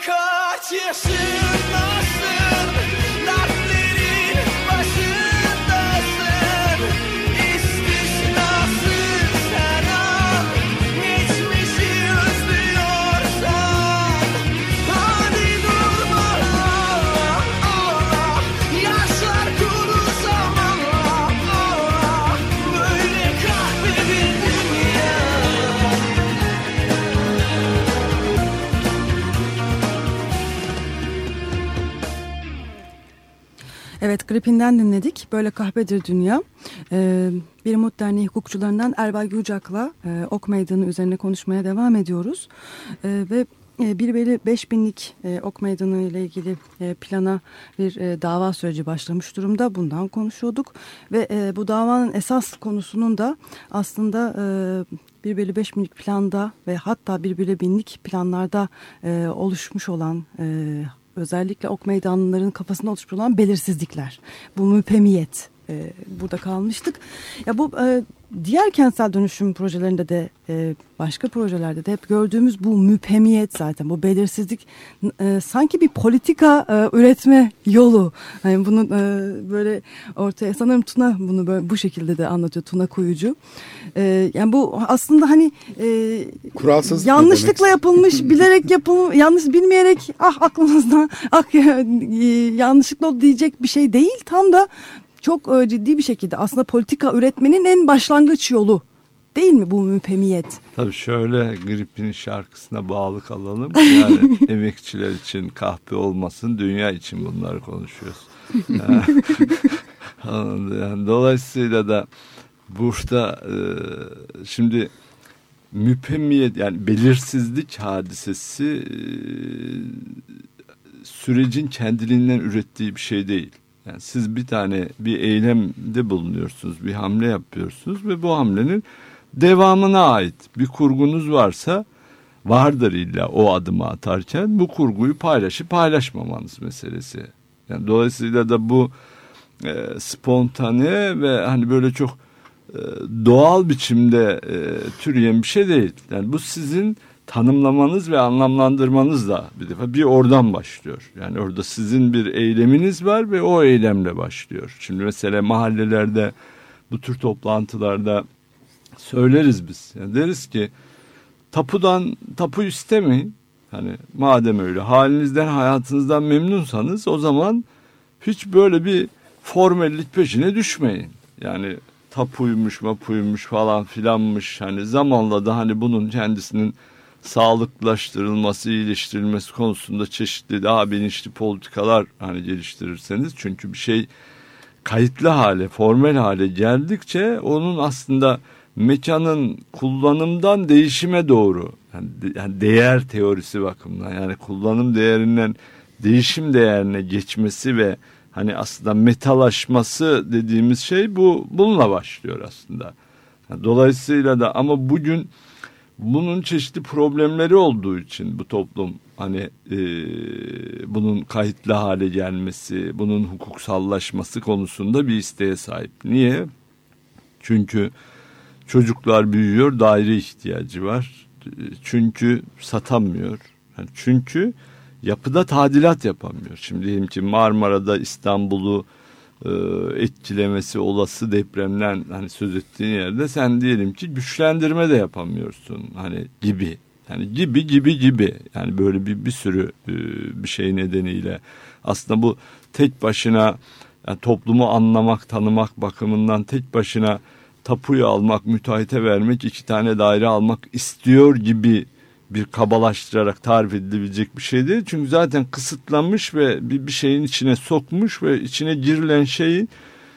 kaç yaşındasın, dertlerin başındasın. İstisnasız sen an, geçmişi özlüyorsan. Hadi durma, ağla, yaşlar kuru zamanla, ağla. Böyle kahvedin dünya. Evet, Gripin'den dinledik. Böyle kahvedir dünya. Bir Umut Derneği hukukçularından Erbay Gülcak'la Ok Meydanı üzerine konuşmaya devam ediyoruz. Ve 1/5000'lik Ok Meydanı ile ilgili plana bir dava süreci başlamış durumda. Bundan konuşuyorduk. Ve bu davanın esas konusunun da aslında 1/5000'lik planda ve hatta 1/1000'lik planlarda oluşmuş olan özellikle ok meydanlarının kafasında oluşmuş olan belirsizlikler. Bu müpemiyet. Burada kalmıştık. Ya bu diğer kentsel dönüşüm projelerinde de başka projelerde de hep gördüğümüz bu müpemiyet zaten. Bu belirsizlik sanki bir politika üretme yolu. Yani bunu böyle ortaya sanırım Tuna bunu böyle bu şekilde de anlatıyor, Tuna Kuyucu. Yani bu aslında hani kuralsız yanlışlıkla yapılmış, bilerek yapılmış, yanlış bilmeyerek aklımızdan yanlışlıkla oldu diyecek bir şey değil. Tam da çok ciddi bir şekilde aslında politika üretmenin en başlangıç yolu değil mi bu müpemiyet? Tabii şöyle Grip'in şarkısına bağlı kalalım. Yani emekçiler için kahpe olmasın, dünya için bunları konuşuyoruz. Yani dolayısıyla da burada şimdi müpemiyet yani belirsizlik hadisesi sürecin kendiliğinden ürettiği bir şey değil. Yani siz bir eylemde bulunuyorsunuz, bir hamle yapıyorsunuz ve bu hamlenin devamına ait bir kurgunuz varsa vardır illa o adımı atarken bu kurguyu paylaşıp paylaşmamanız meselesi. Yani dolayısıyla da bu spontane ve hani böyle çok doğal biçimde türeyen bir şey değil. Yani bu sizin tanımlamanız ve anlamlandırmanızla bir oradan başlıyor. Yani orada sizin bir eyleminiz var ve o eylemle başlıyor. Şimdi mesela mahallelerde bu tür toplantılarda söyleriz biz. Yani deriz ki tapu istemeyin. Hani madem öyle halinizden hayatınızdan memnunsanız o zaman hiç böyle bir formellik peşine düşmeyin. Yani tapuymuş mapuymuş falan filanmış hani zamanla da hani bunun kendisinin sağlıklaştırılması, iyileştirilmesi konusunda çeşitli daha bilinçli politikalar hani geliştirirseniz çünkü bir şey kayıtlı hale, formel hale geldikçe onun aslında mekanın kullanımdan değişime doğru yani değer teorisi bakımından yani kullanım değerinden değişim değerine geçmesi ve hani aslında metalaşması dediğimiz şey bununla başlıyor aslında. Yani dolayısıyla da ama bugün bunun çeşitli problemleri olduğu için bu toplum hani bunun kayıtlı hale gelmesi, bunun hukuksallaşması konusunda bir isteğe sahip. Niye? Çünkü çocuklar büyüyor, daire ihtiyacı var. Çünkü satamıyor. Yani çünkü yapıda tadilat yapamıyor. Şimdi diyelim ki Marmara'da İstanbul'u etkilemesi olası depremden hani söz ettiğin yerde sen diyelim ki güçlendirme de yapamıyorsun hani gibi yani gibi yani böyle bir sürü bir şey nedeniyle aslında bu tek başına yani toplumu anlamak tanımak bakımından tek başına tapuyu almak müteahhite vermek 2 tane daire almak istiyor gibi bir kabalaştırarak tarif edilebilecek bir şey değil. Çünkü zaten kısıtlanmış ve bir şeyin içine sokmuş ve içine girilen şeyin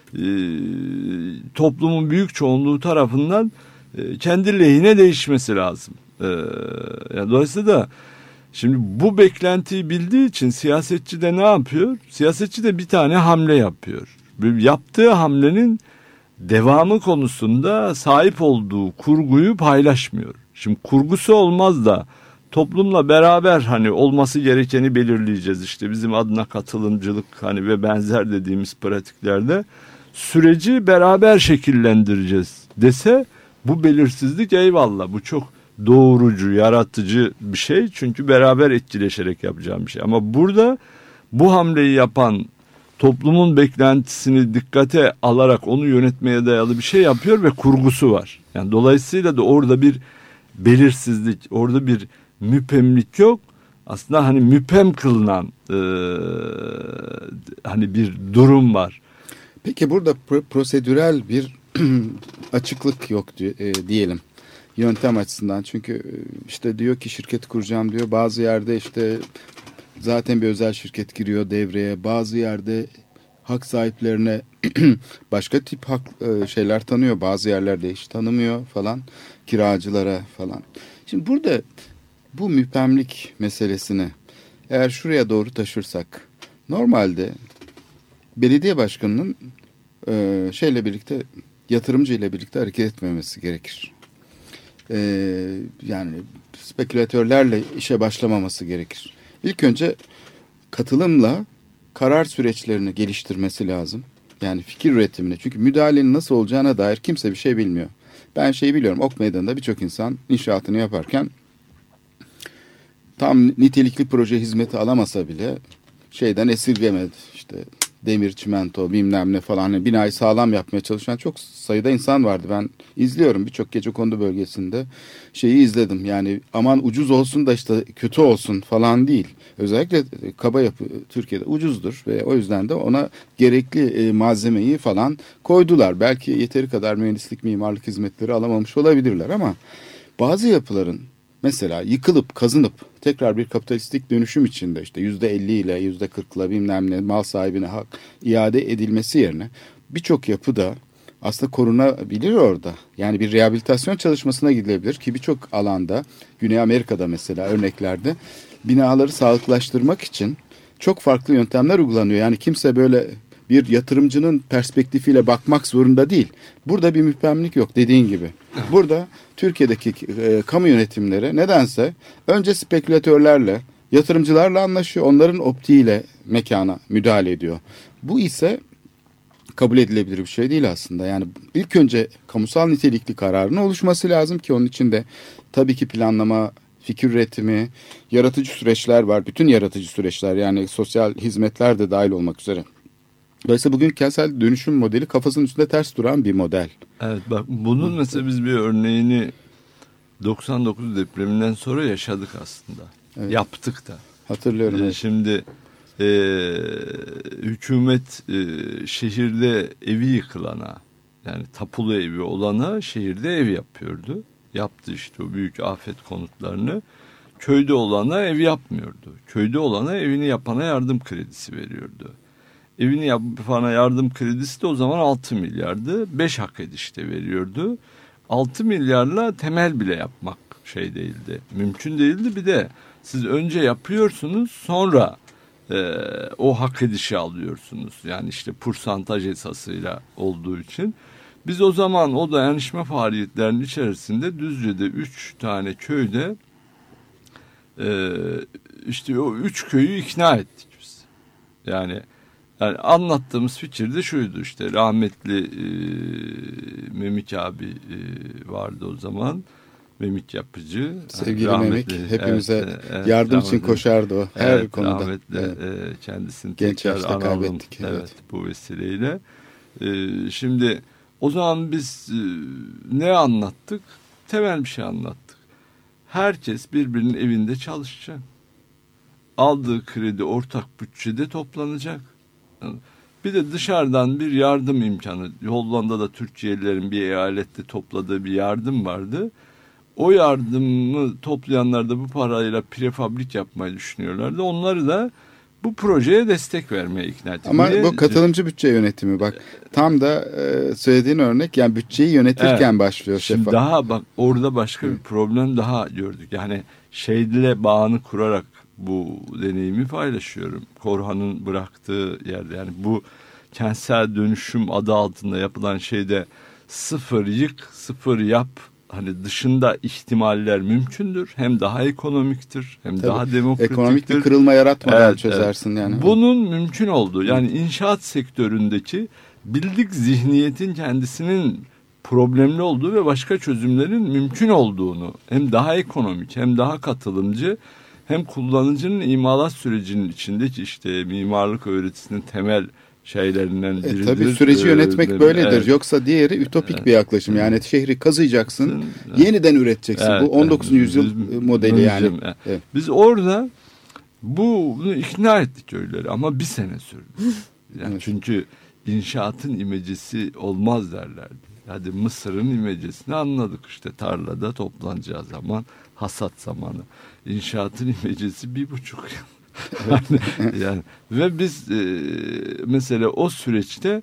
toplumun büyük çoğunluğu tarafından kendi lehine değişmesi lazım. Yani dolayısıyla da şimdi bu beklentiyi bildiği için siyasetçi de ne yapıyor? Siyasetçi de bir tane hamle yapıyor. Yaptığı hamlenin devamı konusunda sahip olduğu kurguyu paylaşmıyor. Şimdi kurgusu olmaz da toplumla beraber hani olması gerekeni belirleyeceğiz. İşte bizim adına katılımcılık hani ve benzer dediğimiz pratiklerde süreci beraber şekillendireceğiz dese bu belirsizlik eyvallah bu çok doğurucu, yaratıcı bir şey. Çünkü beraber etkileşerek yapacağım bir şey. Ama burada bu hamleyi yapan toplumun beklentisini dikkate alarak onu yönetmeye dayalı bir şey yapıyor ve kurgusu var. Yani dolayısıyla da orada bir belirsizlik, orada bir müphemlik yok. Aslında hani müphem kılınan hani bir durum var. Peki burada prosedürel bir açıklık yok diyelim yöntem açısından. Çünkü işte diyor ki şirket kuracağım diyor. Bazı yerde işte zaten bir özel şirket giriyor devreye. Bazı yerde hak sahiplerine başka tip hak şeyler tanıyor. Bazı yerlerde hiç tanımıyor falan. Kiracılara falan. Şimdi burada bu müphemlik meselesini eğer şuraya doğru taşırsak normalde belediye başkanının şeyle birlikte yatırımcı ile birlikte hareket etmemesi gerekir. Yani spekülatörlerle işe başlamaması gerekir. İlk önce katılımla karar süreçlerini geliştirmesi lazım. Yani fikir üretimine. Çünkü müdahalenin nasıl olacağına dair kimse bir şey bilmiyor. Ben şeyi biliyorum. Ok Meydanı'nda birçok insan inşaatını yaparken tam nitelikli proje hizmeti alamasa bile şeyden esirgemedi. İşte demir, çimento, bilmem ne falan. Hani binayı sağlam yapmaya çalışan çok sayıda insan vardı. Ben izliyorum birçok gecekondu bölgesinde şeyi izledim. Yani aman ucuz olsun da işte kötü olsun falan değil. Özellikle kaba yapı Türkiye'de ucuzdur ve o yüzden de ona gerekli malzemeyi falan koydular. Belki yeteri kadar mühendislik, mimarlık hizmetleri alamamış olabilirler ama bazı yapıların mesela yıkılıp kazınıp tekrar bir kapitalistik dönüşüm içinde işte %50 ile %40'la bilmem ne mal sahibine hak iade edilmesi yerine birçok yapı da aslında korunabilir orada. Yani bir rehabilitasyon çalışmasına gidilebilir ki birçok alanda Güney Amerika'da mesela örneklerde binaları sağlıklaştırmak için çok farklı yöntemler uygulanıyor. Yani kimse böyle bir yatırımcının perspektifiyle bakmak zorunda değil. Burada bir müphemlik yok dediğin gibi. Burada Türkiye'deki kamu yönetimleri nedense önce spekülatörlerle, yatırımcılarla anlaşıyor. Onların optiğiyle mekana müdahale ediyor. Bu ise kabul edilebilir bir şey değil aslında. Yani ilk önce kamusal nitelikli kararın oluşması lazım ki onun içinde tabii ki planlama, fikir üretimi, yaratıcı süreçler var. Bütün yaratıcı süreçler yani sosyal hizmetler de dahil olmak üzere. Dolayısıyla bugün kentsel dönüşüm modeli kafasının üstünde ters duran bir model. Evet bak bunun mesela biz bir örneğini 99 depreminden sonra yaşadık aslında. Evet. Yaptık da. Hatırlıyorum. Evet. Şimdi hükümet şehirde evi yıkılana yani tapulu evi olana şehirde ev yapıyordu. Yaptı işte o büyük afet konutlarını. Köyde olana ev yapmıyordu. Köyde olana evini yapana yardım kredisi veriyordu. Evini yapana yardım kredisi de o zaman 6 milyardı. 5 hak edişte veriyordu. 6 milyarla temel bile yapmak şey değildi. Mümkün değildi. Bir de siz önce yapıyorsunuz sonra o hak edişi alıyorsunuz. Yani işte poursantaj esasıyla olduğu için. Biz o zaman o dayanışma faaliyetlerinin içerisinde Düzce'de 3 tane köyde işte o 3 köyü ikna ettik biz. Yani anlattığımız fikir de şuydu işte rahmetli Memik abi vardı o zaman. Memik Yapıcı. Sevgili rahmetli, Memik hepimize yardım için koşardı o her konuda. Rahmetli kendisini genç yaşta analım. Kaybettik. Evet bu vesileyle. Şimdi o zaman biz ne anlattık? Temel bir şey anlattık. Herkes birbirinin evinde çalışacak. Aldığı kredi ortak bütçede toplanacak. Bir de dışarıdan bir yardım imkanı. Hollanda'da Türkiye'lilerin bir eyalette topladığı bir yardım vardı. O yardımı toplayanlar da bu parayla prefabrik yapmayı düşünüyorlardı. Onları da bu projeye destek vermeye ikna ettik. Ama bu katılımcı bütçe yönetimi bak tam da söylediğin örnek yani bütçeyi yönetirken başlıyor şeffaf. Şimdi daha bak orada başka bir problem daha gördük. Yani şeyle bağını kurarak bu deneyimi paylaşıyorum. Korhan'ın bıraktığı yerde yani bu kentsel dönüşüm adı altında yapılan şeyde sıfır yık, sıfır yap. Hani dışında ihtimaller mümkündür. Hem daha ekonomiktir, hem daha demokratiktir. Ekonomik bir kırılma yaratmadan çözersin yani. Bunun mümkün olduğu yani inşaat sektöründeki bildik zihniyetin kendisinin problemli olduğu ve başka çözümlerin mümkün olduğunu, hem daha ekonomik hem daha katılımcı, hem kullanıcının imalat sürecinin içindeki işte mimarlık öğretisinin temel şeylerinden biridir. Tabii süreci yönetmek böyledir. Evet. Yoksa diğeri ütopik bir yaklaşım. Yani şehri kazıyacaksın, yeniden üreteceksin. Evet, bu 19. yüzyıl modeli yani. Evet. Biz orada bunu ikna ettik köyleri ama bir sene sürdü. Yani Evet. Çünkü inşaatın imecesi olmaz derlerdi. Hadi Mısır'ın imecesini anladık işte tarlada toplanacağı zaman, hasat zamanı. İnşaatın imecesi 1,5 yıl. Yani ve biz mesela o süreçte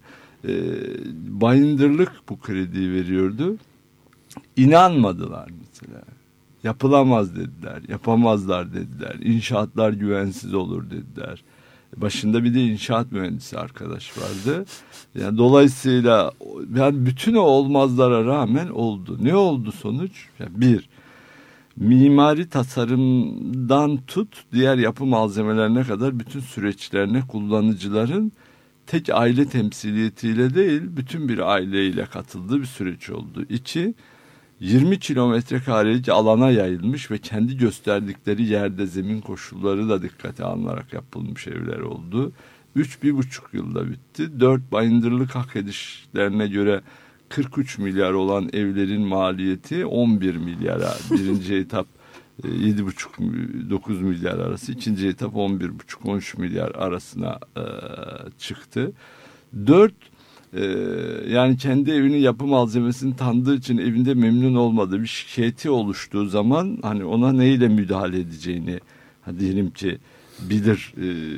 Bayındırlık bu krediyi veriyordu. İnanmadılar mesela. Yapılamaz dediler, yapamazlar dediler. İnşaatlar güvensiz olur dediler. Başında bir de inşaat mühendisi arkadaş vardı. Yani dolayısıyla yani bütün o olmazlara rağmen oldu. Ne oldu sonuç? Yani bir, mimari tasarımdan tut diğer yapı malzemelerine kadar bütün süreçlerine kullanıcıların tek aile temsiliyetiyle değil bütün bir aileyle katıldığı bir süreç oldu. İki, 20 kilometre karelik alana yayılmış ve kendi gösterdikleri yerde zemin koşulları da dikkate alınarak yapılmış evler oldu. 1,5 yılda bitti. 4 bayındırlık hak edişlerine göre 43 milyar olan evlerin maliyeti 11 milyara. Birinci etap 7,5-9 milyar arası. İkinci etap 11,5-13 milyar arasına çıktı. 4, yani kendi evinin yapı malzemesini tanıdığı için evinde memnun olmadığı bir şikayeti oluştuğu zaman hani ona neyle müdahale edeceğini diyelim ki bilir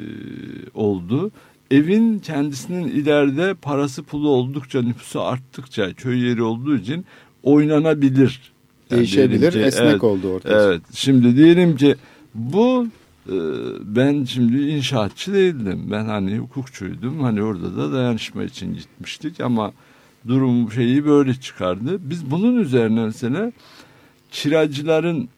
oldu. Evin kendisinin ileride parası pulu oldukça, nüfusu arttıkça, köy yeri olduğu için oynanabilir. Yani Değişebilir, ki, esnek evet, oldu ortaya. Evet. Şimdi diyelim ki bu ben şimdi inşaatçı değildim. Ben hani hukukçuydum. Hani orada da dayanışma için gitmiştik ama durum şeyi böyle çıkardı. Biz bunun üzerine mesela kiracıların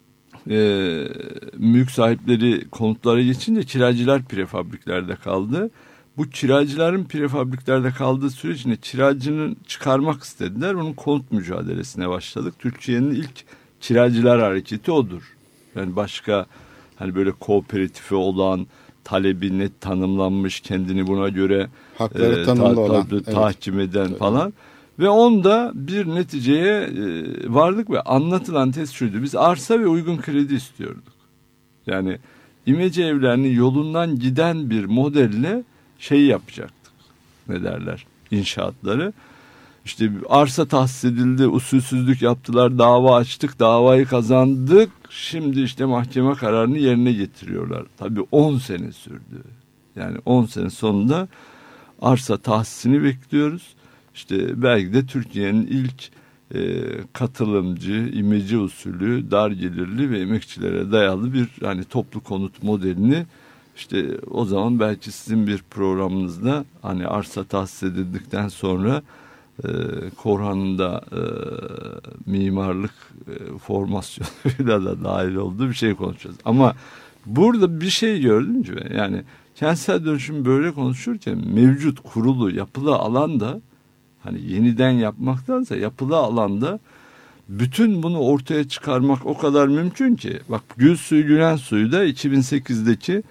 mülk sahipleri konutlara geçince kiracılar prefabriklerde kaldı. Bu kiracıların prefabriklerde kaldığı sürecinde kiracının çıkarmak istediler. Onun konut mücadelesine başladık. Türkiye'nin ilk kiracılar hareketi odur. Yani başka hani böyle kooperatifi olan, talebi net tanımlanmış, kendini buna göre Hakları tanımlı olan, tahkim eden falan. Ve onda bir neticeye vardık ve anlatılan tez şuydu. Biz arsa ve uygun kredi istiyorduk. Yani imece evlerinin yolundan giden bir modelle şey yapacaktık. Ne derler? İnşaatları. İşte arsa tahsis edildi, usulsüzlük yaptılar, dava açtık, davayı kazandık. Şimdi işte mahkeme kararını yerine getiriyorlar. Tabii 10 sene sürdü. Yani 10 sene sonunda arsa tahsisini bekliyoruz. İşte belki de Türkiye'nin ilk katılımcı, imece usulü, dar gelirli ve emekçilere dayalı bir hani toplu konut modelini işte o zaman belki sizin bir programınızda hani arsa tahsis edildikten sonra Korhan'ın da mimarlık formasyonuyla da dahil olduğu bir şey konuşacağız. Ama burada bir şey gördüm ki yani kentsel dönüşüm böyle konuşurken mevcut kurulu yapılı alanda hani yeniden yapmaktansa yapılı alanda bütün bunu ortaya çıkarmak o kadar mümkün ki. Bak Gül Suyu Gülen Suyu da 2008'deki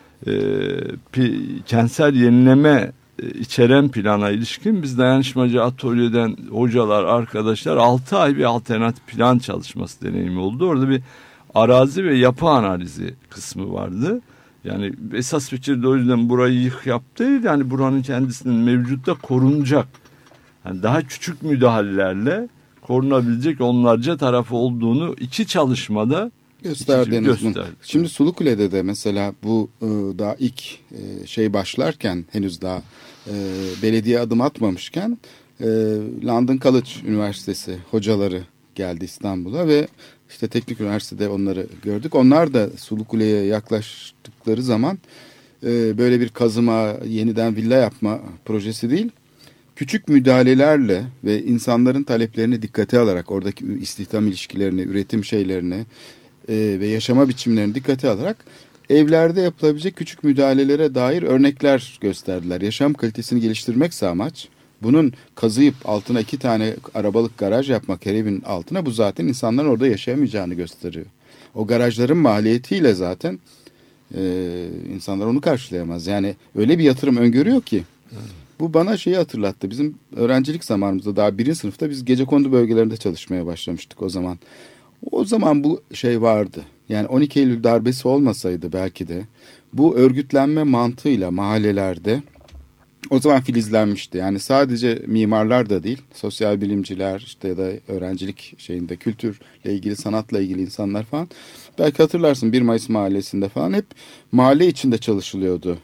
kentsel yenileme içeren plana ilişkin biz dayanışmacı atölyeden hocalar, arkadaşlar 6 ay bir alternatif plan çalışması deneyimi oldu. Orada bir arazi ve yapı analizi kısmı vardı. Yani esas fikir de o yüzden burayı yık yap değil. Yani buranın kendisinin mevcutta korunacak. Yani daha küçük müdahalelerle korunabilecek onlarca tarafı olduğunu iki çalışmada gösterdiniz. Şimdi Sulukule'de de mesela bu daha ilk şey başlarken henüz daha belediye adım atmamışken London College Üniversitesi hocaları geldi İstanbul'a ve işte Teknik Üniversitede onları gördük. Onlar da Sulukule'ye yaklaştıkları zaman böyle bir kazıma, yeniden villa yapma projesi değil, küçük müdahalelerle ve insanların taleplerini dikkate alarak oradaki istihdam ilişkilerini, üretim şeylerini ve yaşama biçimlerini dikkate alarak evlerde yapılabilecek küçük müdahalelere dair örnekler gösterdiler. Yaşam kalitesini geliştirmekse amaç Bunun kazıyıp altına 2 tane arabalık garaj yapmak her evin altına, bu zaten insanların orada yaşayamayacağını gösteriyor. O garajların maliyetiyle zaten insanlar onu karşılayamaz. Yani öyle bir yatırım öngörüyor ki. Bu bana şeyi hatırlattı. Bizim öğrencilik zamanımızda daha 1. sınıfta biz gecekondu bölgelerinde çalışmaya başlamıştık o zaman. O zaman bu şey vardı. Yani 12 Eylül darbesi olmasaydı belki de bu örgütlenme mantığıyla mahallelerde o zaman filizlenmişti. Yani sadece mimarlar da değil, sosyal bilimciler işte ya da öğrencilik şeyinde kültürle ilgili, sanatla ilgili insanlar falan. Belki hatırlarsın 1 Mayıs mahallesinde falan hep mahalle içinde çalışılıyordu.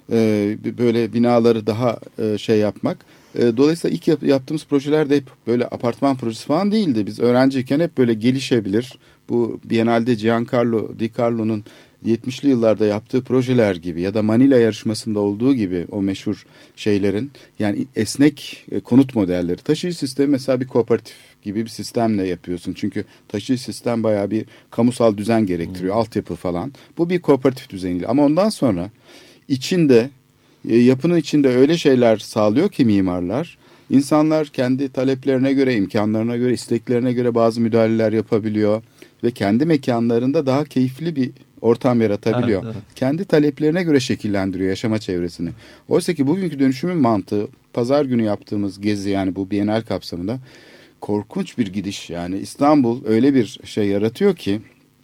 Böyle binaları daha şey yapmak. Dolayısıyla ilk yaptığımız projeler de hep böyle apartman projesi falan değildi. Biz öğrenciyken hep böyle gelişebilir. Bu Biennale'de Giancarlo Di Carlo'nun 70'li yıllarda yaptığı projeler gibi ya da Manila yarışmasında olduğu gibi o meşhur şeylerin, yani esnek konut modelleri. Taşıyıcı sistemi mesela bir kooperatif gibi bir sistemle yapıyorsun. Çünkü taşıyıcı sistem bayağı bir kamusal düzen gerektiriyor. Altyapı falan. Bu bir kooperatif düzeniyle. Ama ondan sonra içinde, yapının içinde öyle şeyler sağlıyor ki mimarlar, insanlar kendi taleplerine göre, imkanlarına göre, isteklerine göre bazı müdahaleler yapabiliyor ve kendi mekanlarında daha keyifli bir ortam yaratabiliyor. Evet, evet. Kendi taleplerine göre şekillendiriyor yaşama çevresini. Oysa ki bugünkü dönüşümün mantığı, pazar günü yaptığımız gezi, yani bu Bienal kapsamında korkunç bir gidiş. Yani İstanbul öyle bir şey yaratıyor ki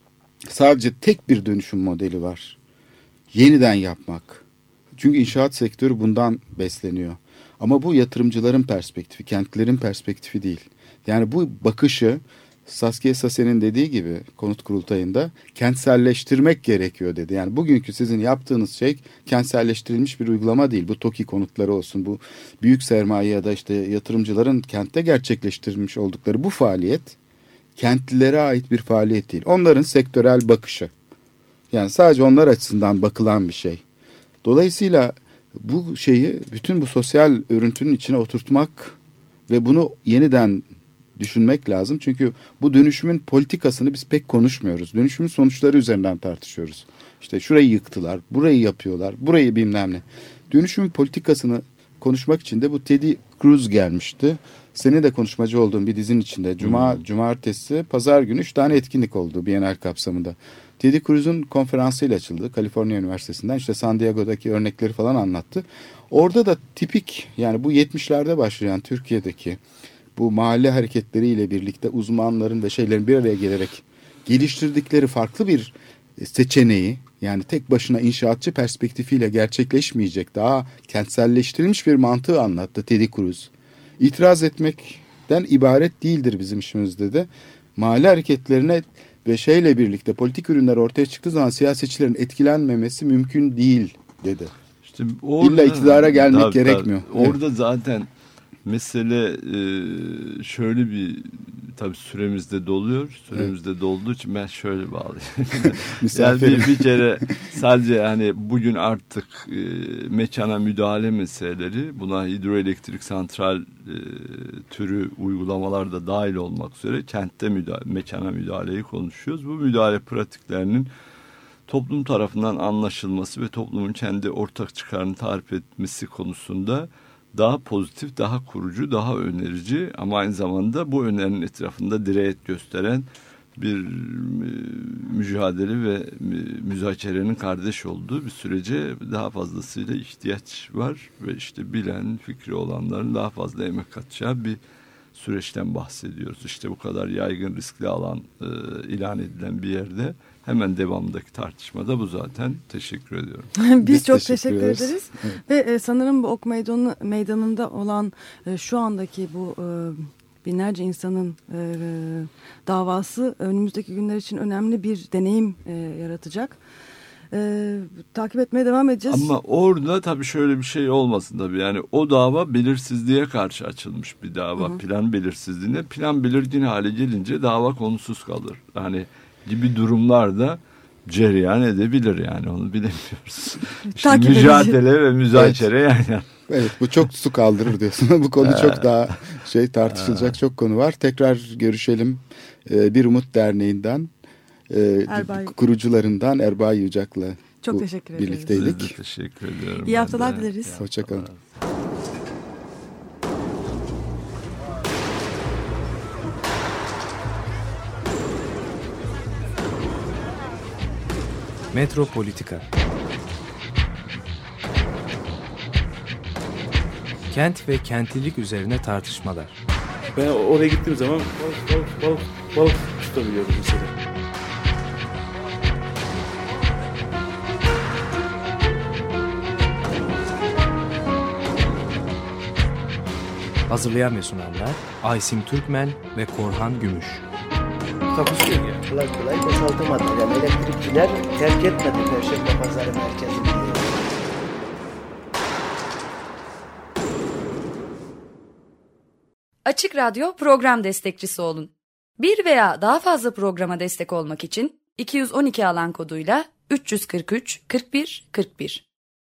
sadece tek bir dönüşüm modeli var. Yeniden yapmak. Çünkü inşaat sektörü bundan besleniyor. Ama bu yatırımcıların perspektifi, kentlerin perspektifi değil. Yani bu bakışı Saskia Sassen'in dediği gibi konut kurultayında kentselleştirmek gerekiyor dedi. Yani bugünkü sizin yaptığınız şey kentselleştirilmiş bir uygulama değil. Bu TOKİ konutları olsun, bu büyük sermaye ya da işte yatırımcıların kentte gerçekleştirmiş oldukları bu faaliyet kentlilere ait bir faaliyet değil. Onların sektörel bakışı. Yani sadece onlar açısından bakılan bir şey. Dolayısıyla bu şeyi, bütün bu sosyal örüntünün içine oturtmak ve bunu yeniden düşünmek lazım. Çünkü bu dönüşümün politikasını biz pek konuşmuyoruz. Dönüşümün sonuçları üzerinden tartışıyoruz. İşte şurayı yıktılar, burayı yapıyorlar, burayı bilmem ne. Dönüşümün politikasını konuşmak için de bu Teddy Cruz gelmişti. Senin de konuşmacı olduğun bir dizinin içinde cumartesi, pazar günü 3 tane etkinlik oldu Bienal kapsamında. Teddy Cruz'un konferansıyla açıldı. Kaliforniya Üniversitesi'nden işte San Diego'daki örnekleri falan anlattı. Orada da tipik, yani bu 70'lerde başlayan Türkiye'deki bu mahalle hareketleriyle birlikte uzmanların ve şeylerin bir araya gelerek geliştirdikleri farklı bir seçeneği, yani tek başına inşaatçı perspektifiyle gerçekleşmeyecek daha kentselleştirilmiş bir mantığı anlattı Teddy Cruz. İtiraz etmekten ibaret değildir bizim işimizde de. Mahalle hareketlerine ve şeyle birlikte politik ürünler ortaya çıktığı zaman siyasetçilerin etkilenmemesi mümkün değil dedi. İşte orada, İlla iktidara gelmek gerekmiyor. Orada evet. Zaten mesele şöyle bir, tabii süremizde doluyor. Süremizde evet. Dolduğu için ben şöyle bağlayayım. Yani bir kere sadece hani bugün artık mekana müdahale meseleleri, buna hidroelektrik santral türü uygulamalar da dahil olmak üzere kentte mekana müdahaleyi konuşuyoruz. Bu müdahale pratiklerinin toplum tarafından anlaşılması ve toplumun kendi ortak çıkarını tarif etmesi konusunda daha pozitif, daha kurucu, daha önerici ama aynı zamanda bu önerinin etrafında dirayet gösteren bir mücadele ve müzakerenin kardeş olduğu bir sürece daha fazlasıyla ihtiyaç var ve işte bilen, fikri olanların daha fazla emek katacağı bir süreçten bahsediyoruz. İşte bu kadar yaygın riskli alan ilan edilen bir yerde hemen devamındaki tartışmada bu zaten. Teşekkür ediyorum. Biz çok teşekkür ederiz. Evet. Ve sanırım bu Ok Meydanı'nda olan şu andaki bu binlerce insanın davası önümüzdeki günler için önemli bir deneyim yaratacak. Takip etmeye devam edeceğiz. Ama orada tabii şöyle bir şey olmasın tabii. Yani o dava belirsizliğe karşı açılmış bir dava. Hı hı. Plan belirsizliğine. Plan belirgin hale gelince dava konusuz kalır. Yani gibi durumlarda cereyan edebilir, yani onu bilemiyoruz. İşte mücadele ve müzakere evet. Yani. Evet, bu çok su kaldırır diyorsun. Bu konu çok daha tartışılacak çok konu var. Tekrar görüşelim. Bir Umut Derneği'nden kurucularından Erbay Yücak'la çok teşekkür birlikteydik. Teşekkür ediyorum. İyi haftalar dileriz. Hoşçakalın. Metropolitika. Kent ve kentlilik üzerine tartışmalar. Ben oraya gittiğim zaman balık tutabiliyorum mesela. Hazırlayan ve sunanlar Aysim Türkmen ve Korhan Gümüş. Takusuyor ya. Kolay kolay boşaltamadı. Yani elektrikçiler terk etmedi Perşembe Pazarı merkezini. Açık Radyo program destekçisi olun. Bir veya daha fazla programa destek olmak için 212 alan koduyla 343 41 41